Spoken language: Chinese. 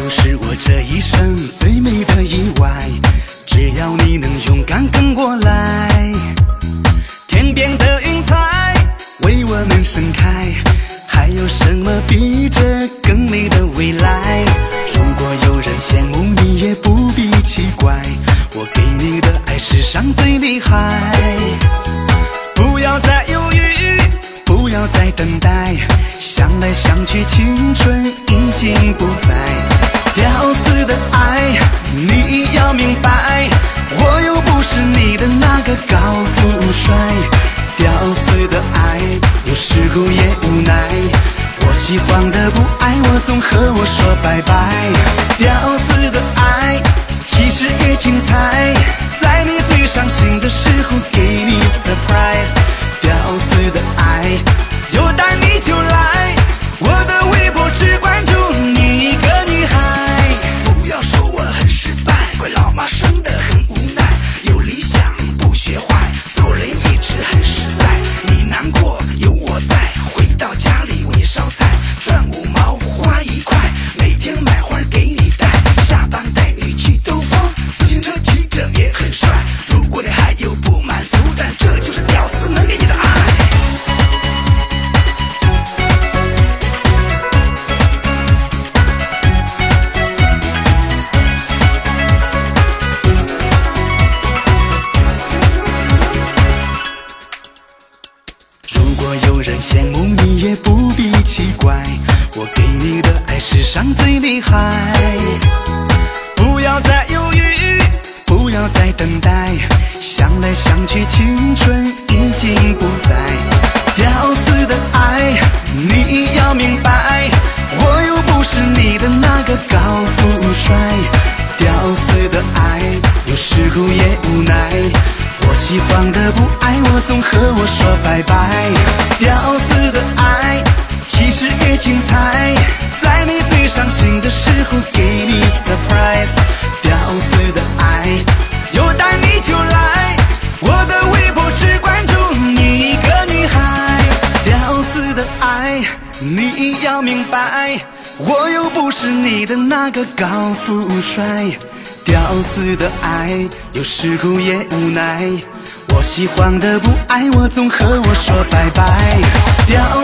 是我这一生最美的意外，只要你能勇敢跟过来，天边的云彩为我们盛开，还有什么比这更美的未来？如果有人羡慕你也不必奇怪，我给你的爱世上最厉害。不要再犹豫，不要再等待，想来想去青春已经不在。屌丝的爱你要明白，我又不是你的那个高富帅。屌丝的爱有时候也无奈，我喜欢的不爱我总和我说拜拜。屌丝的爱其实也精彩，在你最伤心的时候给你 surprise。 屌丝的爱有待你就来，我的微博只关注你一个女孩。不要说我很失败，怪老妈生得很无奈，有理想不学坏，做人一直很实在。你难过有我在，回到家里为你烧菜，赚5毛花1块，每天买花给你带，下班带你去兜风，自行车骑着也很帅。如果你还有不满足，但这就是屌丝能给你的爱。有人羡慕你也不必奇怪，我给你的爱世上最厉害。不要再犹豫，不要再等待，想来想去青春已经不在。屌丝的爱你要明白，我又不是你的那个高富帅。屌丝的爱有时候也无奈，我喜欢的不爱我总和我说拜拜。屌丝的爱其实也精彩，在你最伤心的时候给你 surprise。 屌丝的爱有待你就来，我的微博只关注你一个女孩。屌丝的爱你要明白，我又不是你的那个高富帅。屌丝的爱有时候也无奈，我喜欢的不爱我总和我说拜拜。屌